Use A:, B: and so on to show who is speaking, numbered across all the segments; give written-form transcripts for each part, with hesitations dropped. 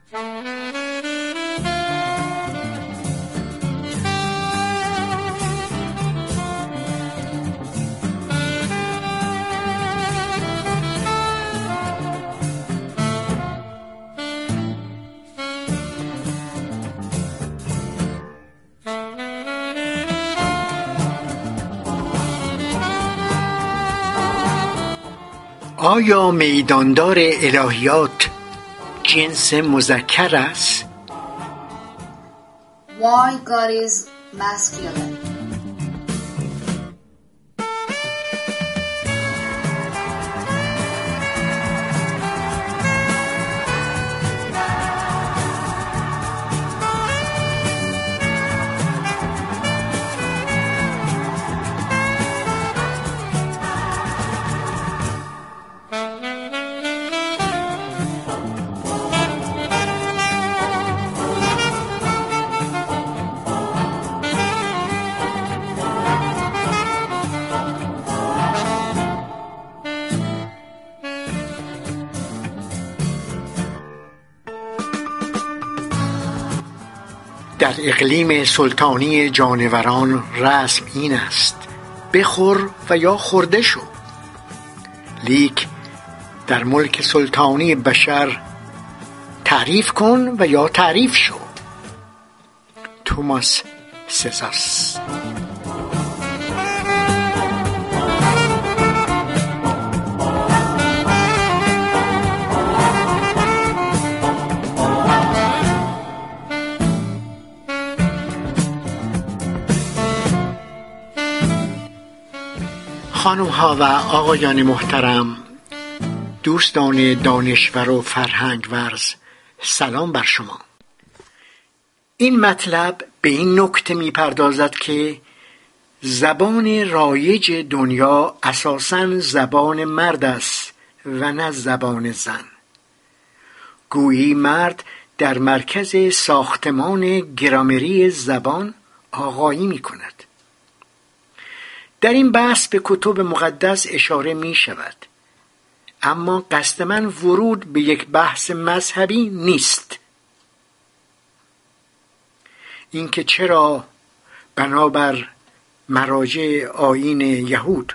A: آیا میداندار الهیات جنس مذکر است؟
B: Why God is masculine?
A: در اقلیم سلطانی جانوران رسم این است: بخور و یا خورده شو. لیک در ملک سلطانی بشر تعریف کن و یا تعریف شو. توماس سزاس. خانم ها و آقایان محترم، دوستان دانشور و فرهنگ ورز، سلام بر شما. این مطلب به این نکته می پردازد که زبان رایج دنیا اساساً زبان مرد است و نه زبان زن. گویی مرد در مرکز ساختمان گرامری زبان آقایی می کند. در این بحث به کتب مقدس اشاره می شود، اما قصد من ورود به یک بحث مذهبی نیست. اینکه چرا بنابر مراجع آیین یهود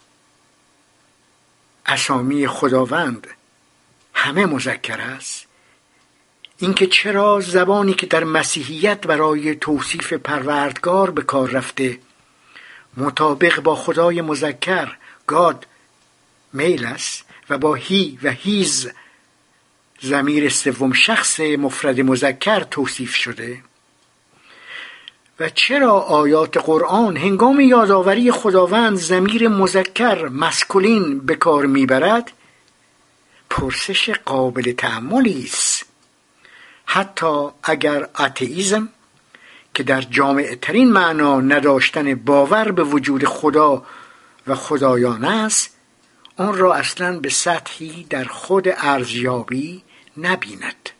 A: اسامی خداوند همه مذکر است، اینکه چرا زبانی که در مسیحیت برای توصیف پروردگار به کار رفته مطابق با خدای مذکر گاد میل است و با هی و هیز ضمیر سوم شخص مفرد مذکر توصیف شده، و چرا آیات قرآن هنگام یادآوری خداوند ضمیر مذکر مسکولین به کار میبرد، پرسش قابل تأملی است. حتی اگر اتئیسم که در جامع ترین معنا نداشتن باور به وجود خدا و خدایان است، آن را اصلاً به سطحی در خود ارزیابی نبیند.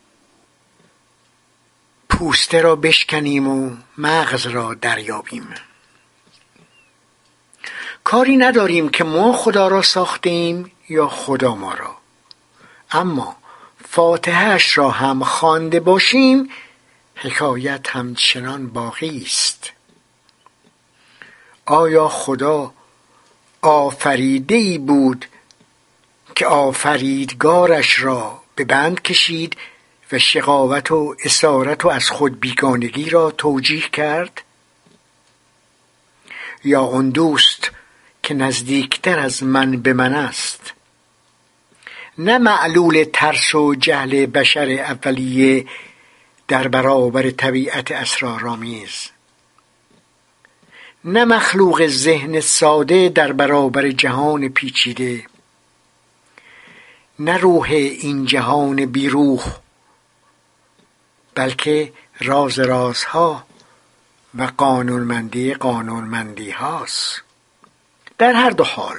A: پوسته را بشکنیم و مغز را دریابیم. کاری نداریم که ما خدا را ساختیم یا خدا ما را، اما فاتحه‌اش را هم خوانده باشیم، حکایت همچنان باقی است. آیا خدا آفریده‌ای بود که آفریدگارش را به بند کشید و شقاوت و اسارت و از خود بیگانگی را توجیه کرد؟ یا آن دوست که نزدیکتر از من به من است، نه معلول ترس و جهل بشر اولیه در برابر طبیعت اسرارآمیز، نه مخلوق ذهن ساده در برابر جهان پیچیده، نه روح این جهان بیروح، بلکه راز رازها و قانونمندی هاست. در هر دو حال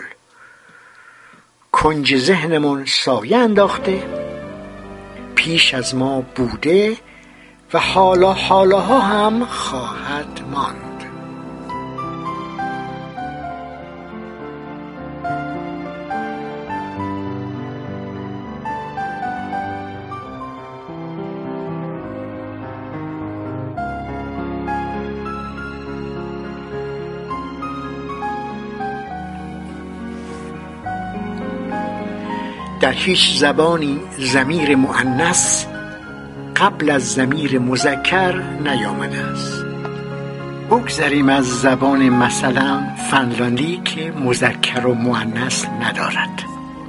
A: کنج ذهنمون سایه انداخته، پیش از ما بوده و حالاها هم خواهد ماند. در هیچ زبانی ضمیر مؤنث قبل از ضمیر مذکر نیامده است. بگذریم از زبان مثلا فنلاندی که مذکر و مؤنث ندارد.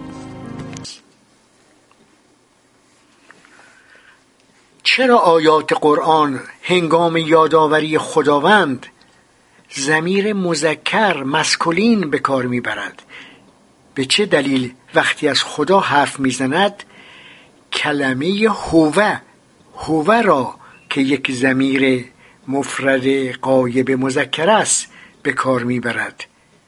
A: چرا آیات قرآن هنگام یادآوری خداوند ضمیر مذکر مسکولین به کار میبرد؟ به چه دلیل وقتی از خدا حرف میزند کلمه هو را که یک ضمیر مفرد غایب مذکر است به کار میبرد؟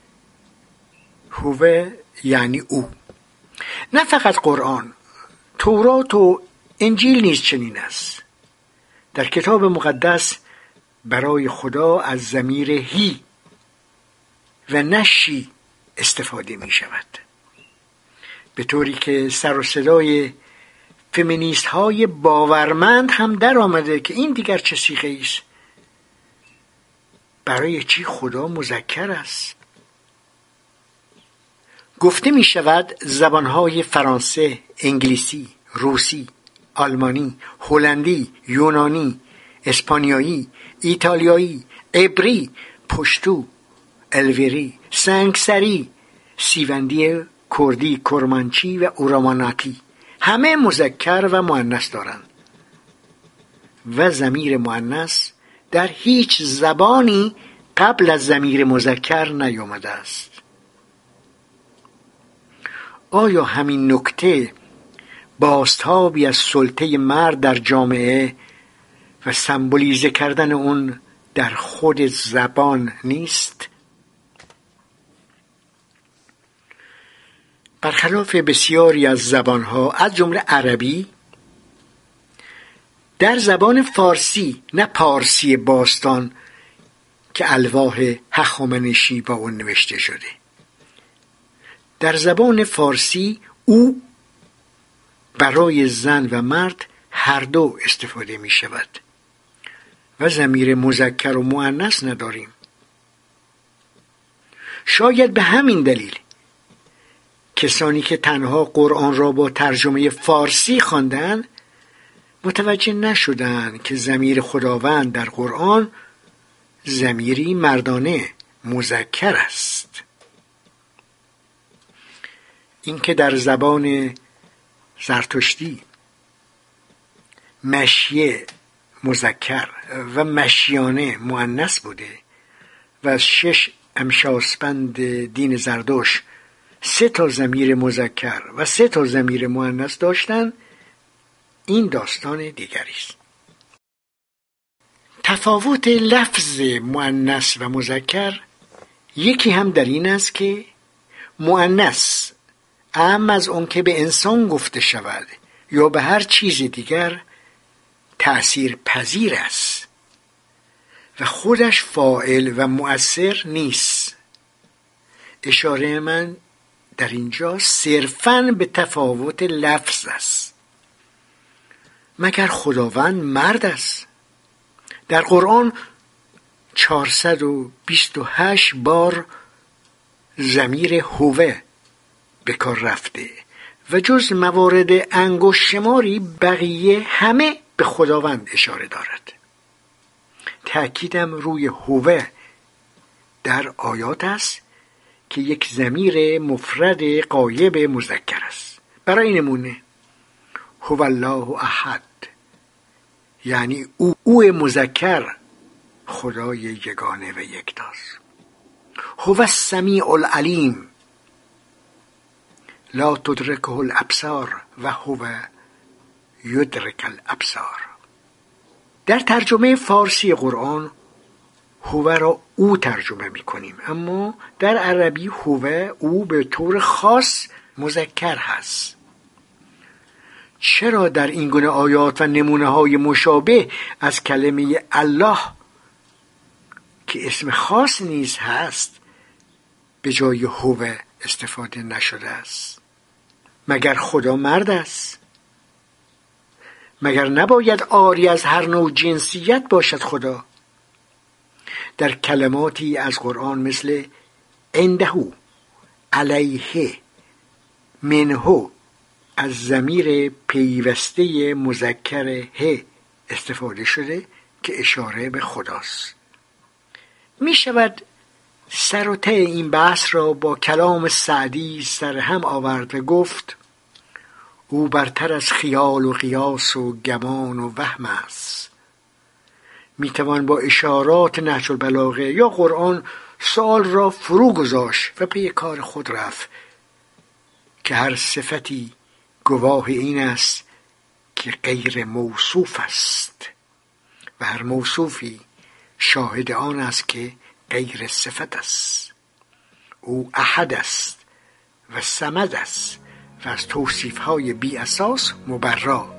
A: هو یعنی او. نه فقط قرآن، تورات و انجیل نیز چنین است. در کتاب مقدس برای خدا از ضمیر هی و نه شی استفاده می شود، به طوری که سر و صدای فمینیست های باورمند هم در آمده که این دیگر چه صیغه‌ای است؟ برای چی خدا مذکر است؟ گفته می شود زبانهای فرانسه، انگلیسی، روسی، آلمانی، هلندی، یونانی، اسپانیایی، ایتالیایی، عبری، پشتو، الویری، سنگسری، سیوندی، کردی، کرمانچی و اوراماناکی همه مذکر و مؤنث دارند و ضمیر مؤنث در هیچ زبانی قبل از ضمیر مذکر نیامده است. آیا همین نکته بازتابی از سلطه مرد در جامعه و سمبولیزه کردن اون در خود زبان نیست؟ برخلاف بسیاری از زبانها از جمله عربی، در زبان فارسی، نه پارسی باستان که الواح هخامنشی با اون نوشته شده، در زبان فارسی او برای زن و مرد هر دو استفاده می شود و ضمیر مذکر و مؤنث نداریم. شاید به همین دلیل کسانی که تنها قرآن را با ترجمه فارسی خواندند متوجه نشدند که ضمیر خداوند در قرآن ضمیری مردانه مذکر است. اینکه در زبان زرتشتی مشیه مذکر و مشیانه مؤنث بوده و از 6 امشاسپند دین زردشت 3 تا ضمیر مذکر و 3 تا ضمیر مؤنث داشتند، این داستان دیگری است. تفاوت لفظ مؤنث و مذکر یکی هم در این است که مؤنث اعم از اون که به انسان گفته شود یا به هر چیز دیگر تأثیر پذیر است و خودش فاعل و مؤثر نیست. اشاره من در اینجا صرفاً به تفاوت لفظ است. مگر خداوند مرد است؟ در قرآن 428 بار ضمیر هو به کار رفته و جز موارد انگشت شماری بقیه همه به خداوند اشاره دارد. تأکیدم روی هو در آیات است که یک ضمیر مفرد غایب مذکر است. برای نمونه هو الله احد، یعنی او مذکر خدای یگانه و یکتاست. هو السمیع العلیم، لا تدرکه الابصار و هو یدرک الابصار. در ترجمه فارسی قرآن هو را او ترجمه می کنیم، اما در عربی هو او به طور خاص مذکر هست. چرا در این گونه آیات و نمونه های مشابه از کلمه الله که اسم خاص نیز هست به جای هو استفاده نشده است؟ مگر خدا مرد است؟ مگر نباید عاری از هر نوع جنسیت باشد خدا؟ در کلماتی از قرآن مثل عنده، علیه، منه، از ضمیر پیوسته مذکر ه استفاده شده که اشاره به خداست. می شود سر و ته این بحث را با کلام سعدی سر هم آورد و گفت او برتر از خیال و قیاس و گمان و وهم است. می توان با اشارات نهج البلاغه یا قرآن سؤال را فرو گذاشت و پی کار خود رفت که هر صفتی گواه این است که غیر موصوف است و هر موصوفی شاهد آن است که غیر صفت است. او احد است و صمد است و از توصیف‌های بی اساس مبرا.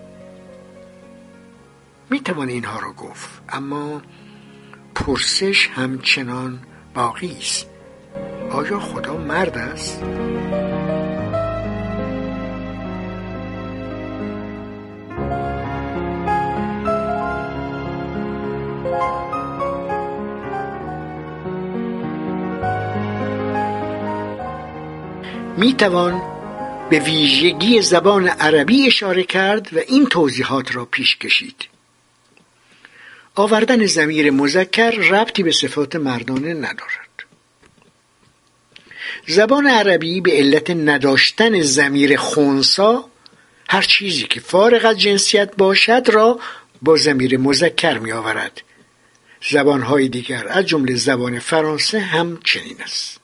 A: میتوان اینها رو گفت، اما پرسش همچنان باقی است: آیا خدا مرد است؟ میتوان به ویژگی زبان عربی اشاره کرد و این توضیحات را پیش کشید. آوردن ضمیر مذکر ربطی به صفات مردانه ندارد. زبان عربی به علت نداشتن ضمیر خنثی هر چیزی که فارغ از جنسیت باشد را با ضمیر مذکر می آورد. زبانهای دیگر از جمله زبان فرانسه هم چنین است.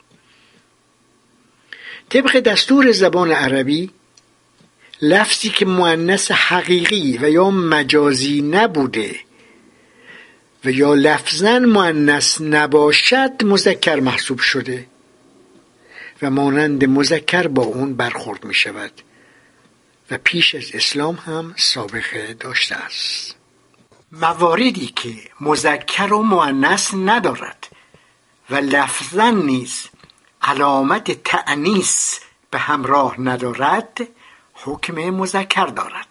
A: طبق دستور زبان عربی لفظی که مؤنث حقیقی و یا مجازی نبوده و یا لفظاً مؤنث نباشد مذکر محسوب شده و مانند مذکر با اون برخورد می شود و پیش از اسلام هم سابقه داشته است. مواردی که مذکر و مؤنث ندارد و لفظاً نیز علامت تأنیث به همراه ندارد حکم مذکر دارد.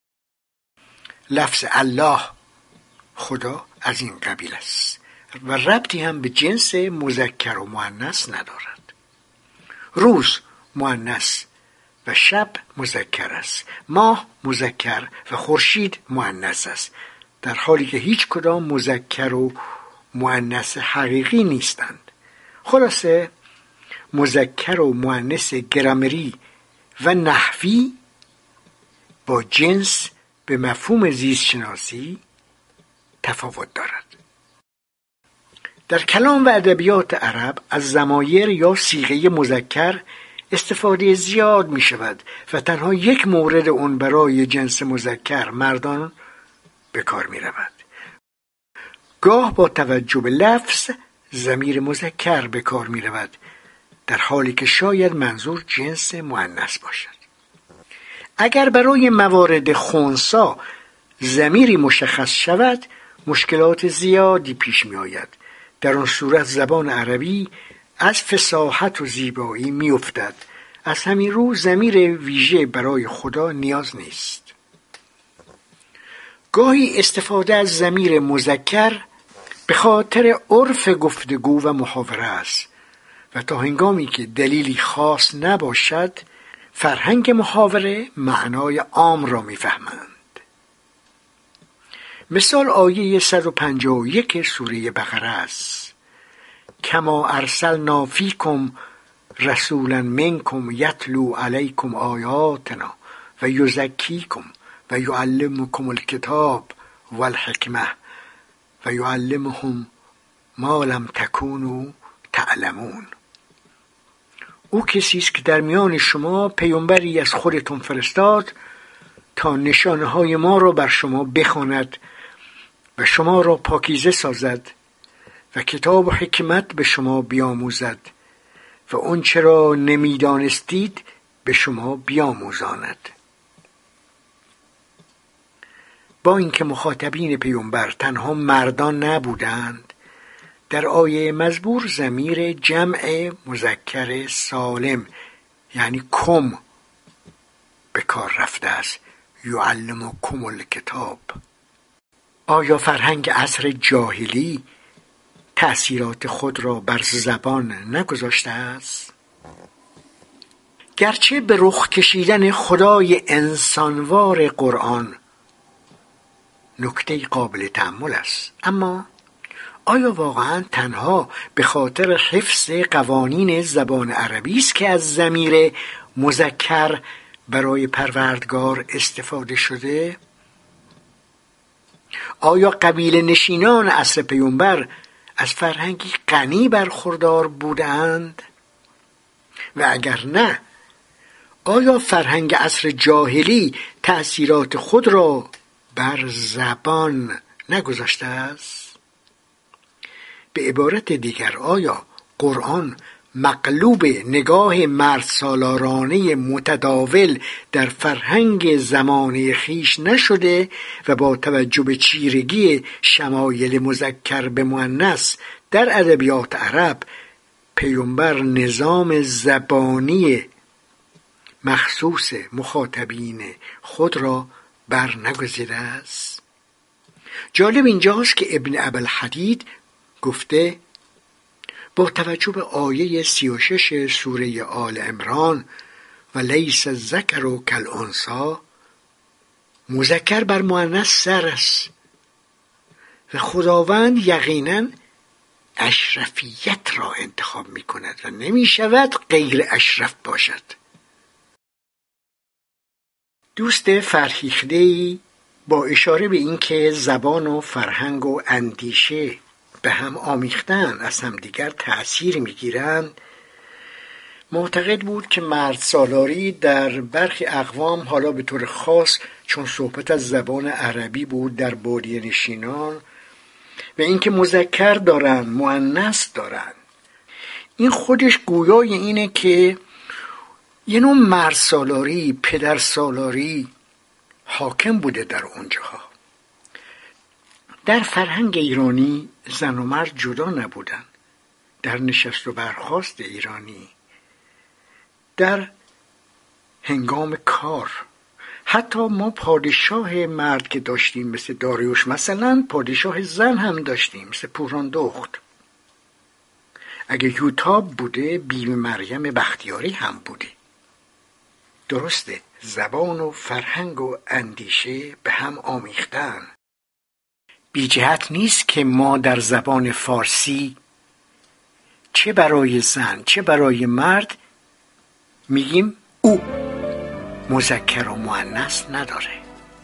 A: لفظ الله، خدا، از این قبیل است و ربطی هم به جنس مذکر و مؤنث ندارد. روز مؤنث و شب مذکر است، ماه مذکر و خورشید مؤنث است، در حالی که هیچ کدام مذکر و مؤنث حقیقی نیستند. خلاصه مذکر و مؤنث گرامری و نحوی با جنس به مفهوم زیست شناسی تفاوت دارد. در کلام و ادبیات عرب از ضمایر یا صیغه مذکر استفاده زیاد می شود و تنها یک مورد اون برای جنس مذکر مردان به کار می رود. گاه با توجه به لفظ ضمیر مذکر به کار می رود، در حالی که شاید منظور جنس مؤنث باشد. اگر برای موارد خنثی ضمیری مشخص شود مشکلات زیادی پیش می آید. در آن صورت زبان عربی از فصاحت و زیبایی می افتد. از همین رو ضمیر ویژه برای خدا نیاز نیست. گاهی استفاده از ضمیر مذکر به خاطر عرف گفتگو و محاوره است و تا هنگامی که دلیلی خاص نباشد فرهنگ محاوره معنای عام را می‌فهمند. مثال آیه 151 سوره بقره است: کما ارسلنا فیکم رسولا منکم یتلو علیکم آیاتنا و یزکیکم و یعلمکم الکتاب والحکمه و یعلمهم ما لم تکونوا تعلمون. او کسی است که در میان شما پیامبری از خودتون فرستاد تا نشانه‌های ما را بر شما بخواند و شما را پاکیزه سازد و کتاب و حکمت به شما بیاموزد و اون چرا نمیدانستید به شما بیاموزاند. با اینکه مخاطبین پیامبر تنها مردان نبودند، در آیه مزبور ضمیر جمع مذکر سالم یعنی کم به کار رفته است: یعلمکم الکتاب. آیا فرهنگ عصر جاهلی تأثیرات خود را بر زبان نگذاشته است؟ گرچه به رخ کشیدن خدای انسانوار قرآن نکته قابل تأمل است، اما آیا واقعا تنها به خاطر حفظ قوانین زبان عربی است که از ضمیر مذکر برای پروردگار استفاده شده؟ آیا قبیله نشینان عصر پیامبر از فرهنگی غنی برخوردار بودند؟ و اگر نه، آیا فرهنگ عصر جاهلی تأثیرات خود را بر زبان نگذاشته است؟ به عبارت دیگر، آیا قرآن مقلوب نگاه مردسالارانه متداول در فرهنگ زمانه خیش نشده و با توجه به چیرگی شمایل مذکر به مؤنث در ادبیات عرب، پیامبر نظام زبانی مخصوص مخاطبین خود را بر نگزیده است؟ جالب اینجاست که ابن ابوالحدید گفته با توجه به آیه 36 سوره آل عمران و لیس الذکر کالانثی، مذکر بر مؤنث سر است و خداوند یقینا اشرفیت را انتخاب می کند و نمی شود غیر اشرف باشد. دوست فرهیخته‌ای با اشاره به اینکه زبان و فرهنگ و اندیشه به هم آمیختن از همدیگر تأثیر میگیرند، معتقد بود که مرد سالاری در برخی اقوام، حالا به طور خاص چون صحبت از زبان عربی بود، در بادیه نشینان، و اینکه مذکر دارن مؤنث دارن، این خودش گویای اینه که یه نوع مرد سالاری، پدر سالاری حاکم بوده در اونجاها. در فرهنگ ایرانی زن و مرد جدا نبودن. در نشست و برخاست ایرانی، در هنگام کار، حتی ما پادشاه مرد که داشتیم مثل داریوش، مثلا پادشاه زن هم داشتیم مثل پوراندخت. اگه یوتاب بوده، بیبی مریم بختیاری هم بوده. درسته، زبان و فرهنگ و اندیشه به هم آمیختن. بی جهت نیست که ما در زبان فارسی چه برای زن چه برای مرد میگیم او، مذکر و مؤنث نداره.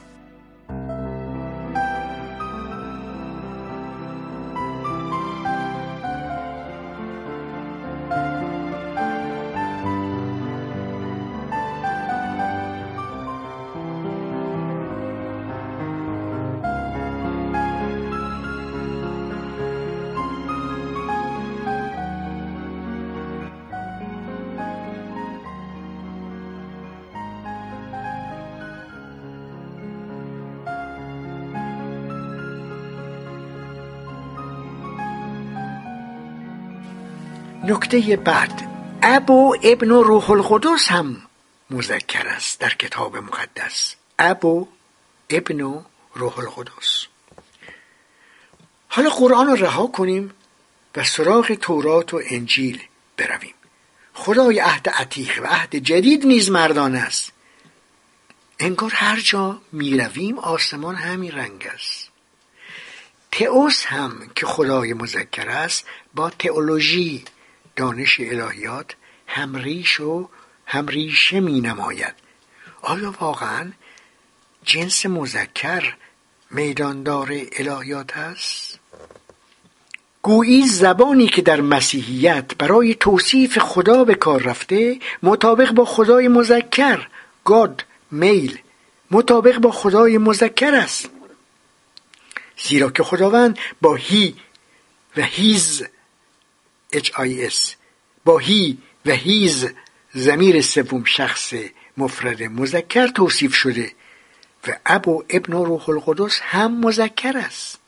A: نکته بعد، اب و ابن و روح القدس هم مذکر است در کتاب مقدس. اب و ابن و روح القدس. حالا قرآن رو رها کنیم و سراغ تورات و انجیل برویم. خدای عهد عتیق و عهد جدید نیز مردانه است. انگار هر جا می رویم آسمان همین رنگ است. تئوس هم که خدای مذکر است با تئولوژی، دانش الهیات، همریش و همریشه می نماید. آیا واقعا جنس مذکر میداندار الهیات است؟ گویی زبانی که در مسیحیت برای توصیف خدا به کار رفته مطابق با خدای مذکر، گاد، میل، مطابق با خدای مذکر است. زیرا که خداوند با هی و هیز HIS، با هی و هیز ضمیر سوم شخص مفرد مذکر توصیف شده و اب و ابن و روح القدس هم مذکر است.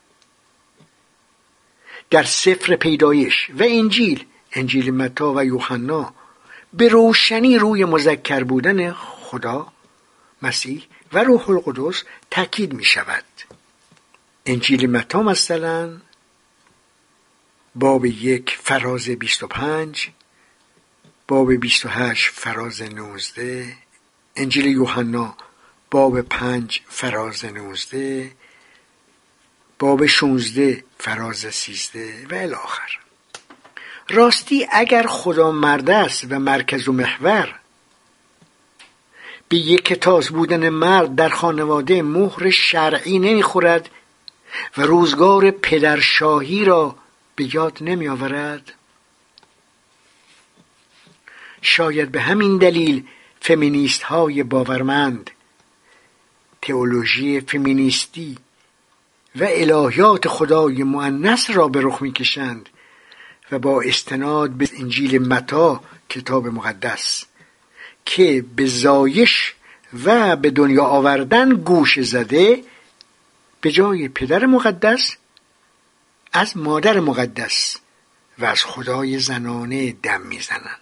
A: در سفر پیدایش و انجیل متی و یوحنا به روشنی روی مذکر بودن خدا، مسیح و روح القدس تاکید می شود. انجیل متی مثلا باب 1 فراز 25 باب 28 فراز 19، انجیل یوحنا باب 5 فراز 19، باب 16 فراز 13 و الی آخر. راستی اگر خدا مرد است و مرکز و محور، به یک تاز بودن مرد در خانواده مهر شرعی نمیخورد و روزگار پدرشاهی را به یاد نمی آورد؟ شاید به همین دلیل فمینیست های باورمند تئولوژی فمینیستی و الهیات خدای مؤنث را به رخ می کشند و با استناد به انجیل متی کتاب مقدس که به زایش و به دنیا آوردن گوش زده، به جای پدر مقدس از مادر مقدس و از خدای زنانه دم میزنند.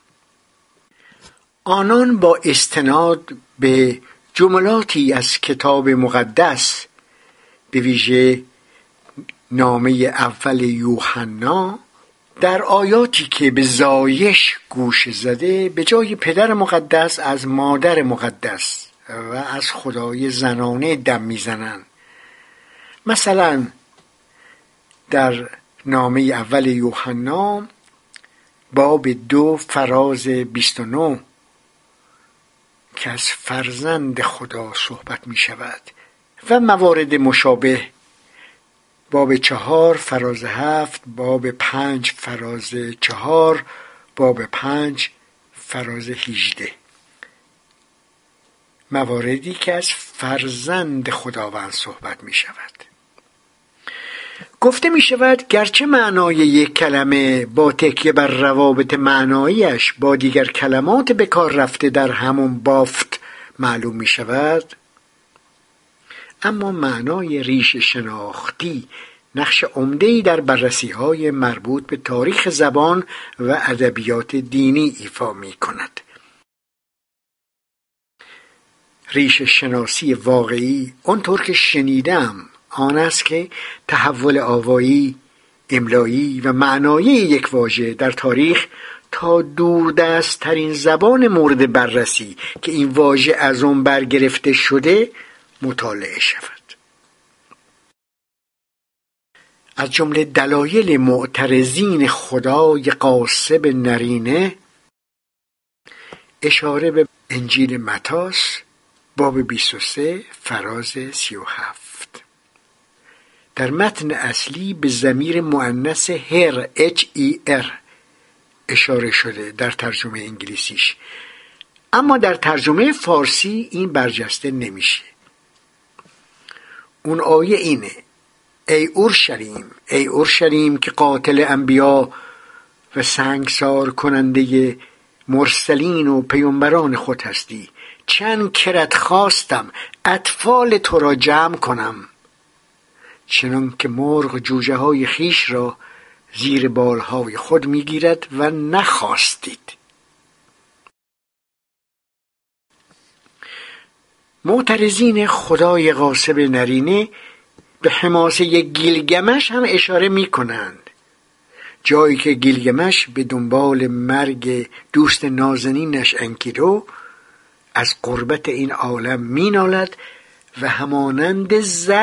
A: آنان با استناد به جملاتی از کتاب مقدس، به ویژه نامه اول یوحنا، در آیاتی که به زایش گوش زده، به جای پدر مقدس از مادر مقدس و از خدای زنانه دم میزنند. مثلا در نامه اول یوحنا باب 2 فراز 29 که از فرزند خدا صحبت می شود و موارد مشابه، باب 4 فراز 7، باب 5 فراز 4، باب 5 فراز 18، مواردی که از فرزند خداوند صحبت می شود. گفته می شود گرچه معنای یک کلمه با تکیه بر روابط معناییش با دیگر کلمات به کار رفته در همون بافت معلوم می شود، اما معنای ریشه شناختی نقش عمده‌ای در بررسی‌های مربوط به تاریخ زبان و ادبیات دینی ایفا می‌کند. ریشه شناسی واقعی آنطور که شنیدم آن است که تحول آوایی، املایی و معنایی یک واژه در تاریخ تا دوردست‌ترین زبان مورد بررسی که این واژه از آن برگرفته شده مطالعه شود. از جمله دلایل معترضین خدای غاصب نرینه اشاره به انجیل متی باب 23 فراز 37. در متن اصلی به ضمیر مؤنث هر HER اشاره شده در ترجمه انگلیسیش، اما در ترجمه فارسی این برجسته نمیشه. اون آیه اینه: ای اورشلیم، ای اورشلیم که قاتل انبیا و سنگسار کننده مرسلین و پیامبران خود هستی، چند کرت خواستم اطفال تو را جمع کنم، چنان که مرغ جوجه های خیش را زیر بالهای خود میگیرد و نخواستید. معترضین خدای غاصب نرینه به حماسه گیلگمش هم اشاره می کنند، جایی که گیلگمش به دنبال مرگ دوست نازنینش انکیدو از غربت این عالم می نالد و همانند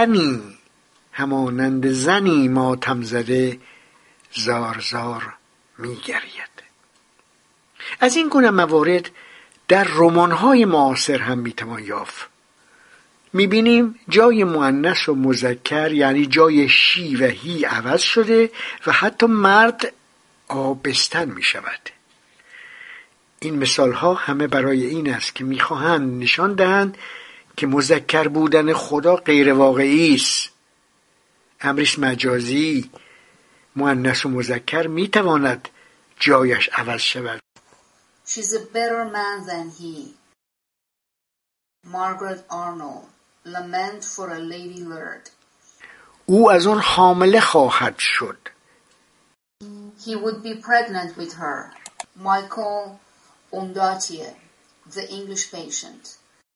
A: زنی ماتم زده زار زار می گرید. از این گونه موارد در رمان‌های معاصر هم می توان یافت. میبینیم جای مؤنث و مذکر، یعنی جای شی و هی عوض شده و حتی مرد آبستن میشود. این مثالها همه برای این است که میخواهند نشان دهند که مذکر بودن خدا غیر واقعی است، امری مجازی. مؤنث و مذکر میتواند جایش عوض شود.
B: She's a better man than he. Margaret Arnold. Lament for a Lady Lurd.
A: او از آن حامله خواهد شد.
B: He would be pregnant with her. Michael Ondaatje, The English Patient.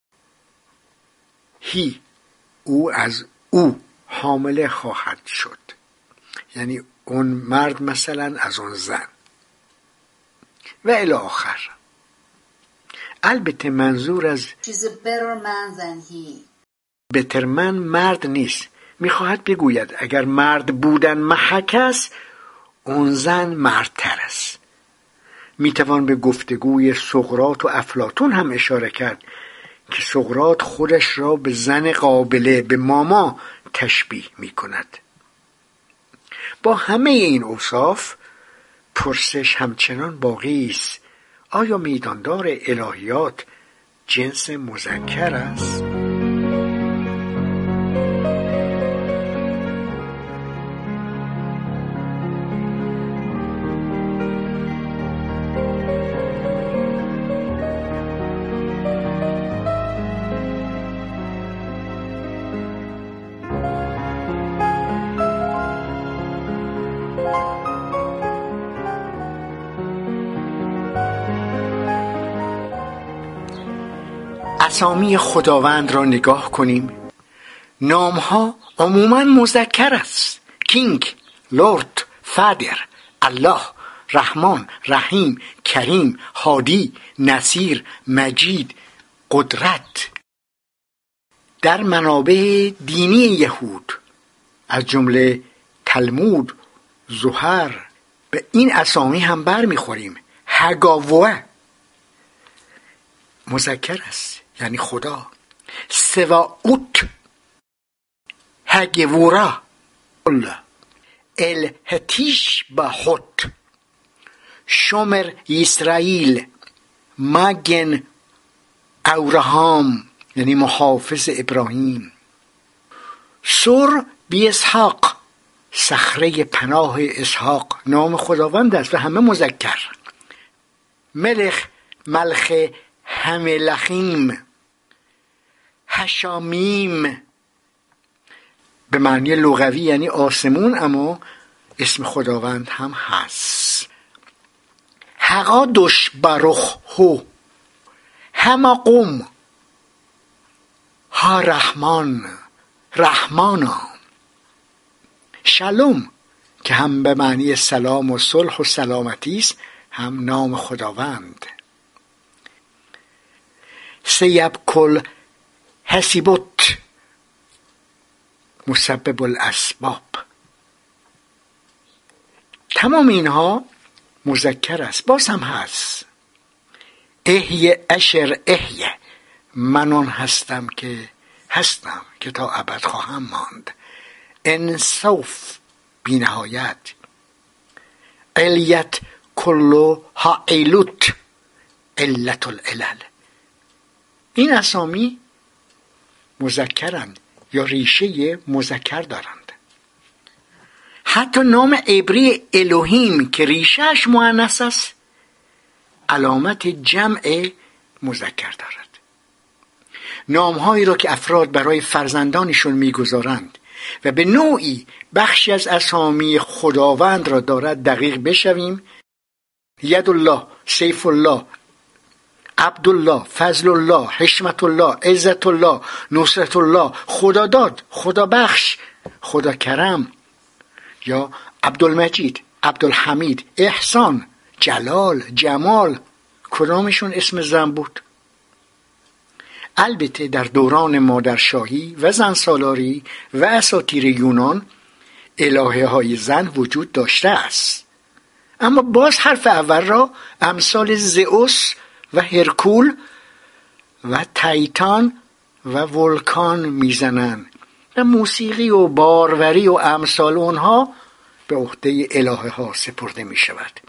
A: او از او حامله خواهد شد، یعنی اون مرد مثلا از اون زن و الی آخر. البته منظور از
B: She's a better man than he.
A: بترمن مرد نیست. میخواهد بگوید اگر مرد بودن محک است، اون زن مردتر است. میتوان به گفتگوی سقراط و افلاطون هم اشاره کرد که سقراط خودش را به زن قابله، به ماما تشبیه میکند. با همه این اوصاف پرسش همچنان باقی است: آیا میداندار الهیات جنس مذکر است؟ اسامی خداوند را نگاه کنیم. نامها عموماً مذکر است: کینگ، لورد، فادر، الله، رحمان، رحیم، کریم، هادی، نصیر، مجید، قدرت. در منابع دینی یهود از جمله تلمود، زهر، به این اسامی هم بر میخوریم. هگاوه مذکر است، یعنی خدا. سواوت، هگورا، الهتیش باخت، شمر اسرائیل، مگن اورهام، یعنی محافظ ابراهیم. سر بی اسحاق، صخره پناه اسحاق، نام خداوند است و همه مذکر. ملخ، ملخ هملخیم، هشامیم به معنی لغوی یعنی آسمون، اما اسم خداوند هم هست. حقادش برخ هو، هماقوم، ها رحمان، رحمانا. شلوم که هم به معنی سلام و صلح و سلامتی است، هم نام خداوند. سیب کل حسیبت، مسبب الاسباب. تمام اینها مذکر است. باز هم هست: احیه اشر احیه، من آن هستم که هستم که تا ابد خواهم ماند. انصاف، بی نهایت. علیت کلو ها ایلوت، علت العلل. این اسامی مذکرند یا ریشه مذکر دارند. حتی نام عبری الوهیم که ریشهش مؤنث است، علامت جمع مذکر دارد. نامهایی را که افراد برای فرزندانشون میگذارند و به نوعی بخشی از اسامی خداوند را دارد دقیق بشویم: ید الله، سیف الله، عبدالله، فضل الله، حشمت الله، عزت الله، نصرت الله، خدا داد، خدا بخش، خدا کرم، یا عبدالمجید، عبدالحمید، احسان، جلال، جمال. کدامشون اسم زن بود؟ البته در دوران مادرشاهی و زنسالاری و اساطیر یونان الهه های زن وجود داشته است، اما باز حرف اول را امثال زئوس و هرکول و تایتان و ولکان میزنند و موسیقی و باروری و امثال اونها به عهده الهه ها سپرده می شود.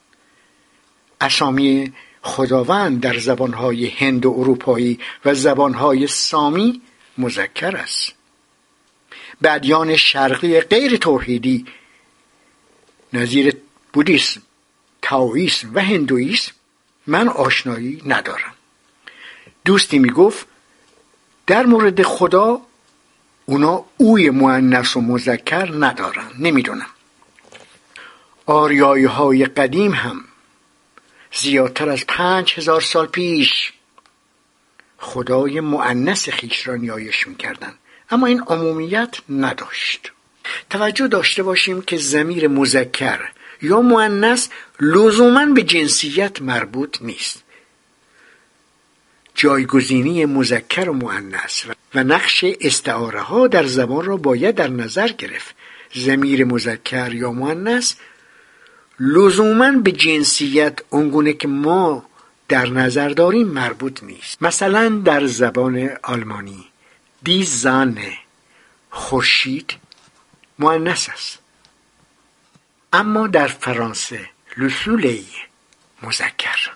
A: اسامی خداوند در زبانهای هند و اروپایی و زبانهای سامی مذکر است. به ادیان شرقی غیر توحیدی نظیر بودیسم، تائویسم و هندویسم من آشنایی ندارم. دوستی میگفت در مورد خدا اونا اوی مؤنث و مذکر ندارن. نمیدونم. آریایی های قدیم هم زیادتر از 5000 سال پیش خدای مؤنث خویش را نیایش میکردن، اما این عمومیت نداشت. توجه داشته باشیم که ضمیر مذکر یا مؤنث لزوماً به جنسیت مربوط نیست. جایگزینی مذکر و مؤنث و نقش استعاره ها در زبان را باید در نظر گرفت. ضمیر مذکر یا مؤنث لزوماً به جنسیت اونگونه که ما در نظر داریم مربوط نیست. مثلا در زبان آلمانی دی زانه، خورشید، مؤنث است، اما در فرانسه لسولی مذکر.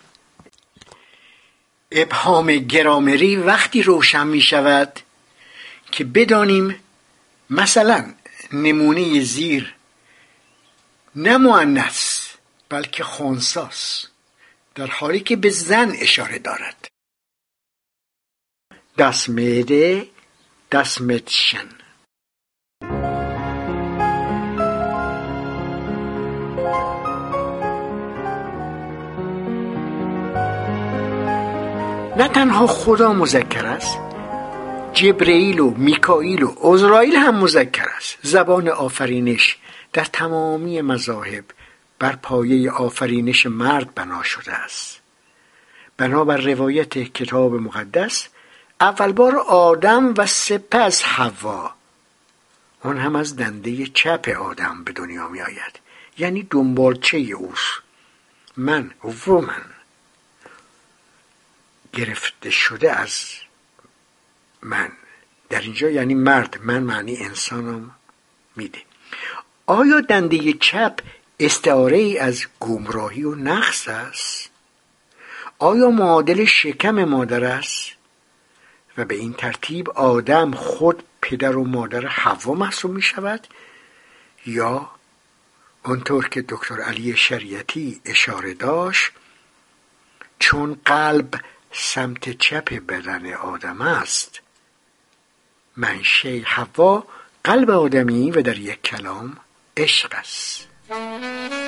A: ابهام گرامری وقتی روشن می شود که بدانیم مثلا نمونه زیر نه مؤنث بلکه خنثی‌ست، در حالی که به زن اشاره دارد. Das Mädel, das Mädchen. نه تنها خدا مذکر است، جبرئیل و میکائیل و عزرائیل هم مذکر است. زبان آفرینش در تمامی مذاهب بر پایه آفرینش مرد بنا شده است. بنابر روایت کتاب مقدس اول بار آدم و سپس حوا، آن هم از دنده چپ آدم به دنیا می آید، یعنی دنبالچه اوست. من گرفته شده از من، در اینجا یعنی مرد، من معنی انسانم میده. آیا دنده چپ استعاره ای از گمراهی و نقص است؟ آیا معادل شکم مادر است و به این ترتیب آدم خود پدر و مادر حوا محسوب می شود؟ یا اونطور که دکتر علی شریعتی اشاره داشت، چون قلب سمت چپ بدن آدم است، منشه حوا قلب آدمی و در یک کلام عشق است.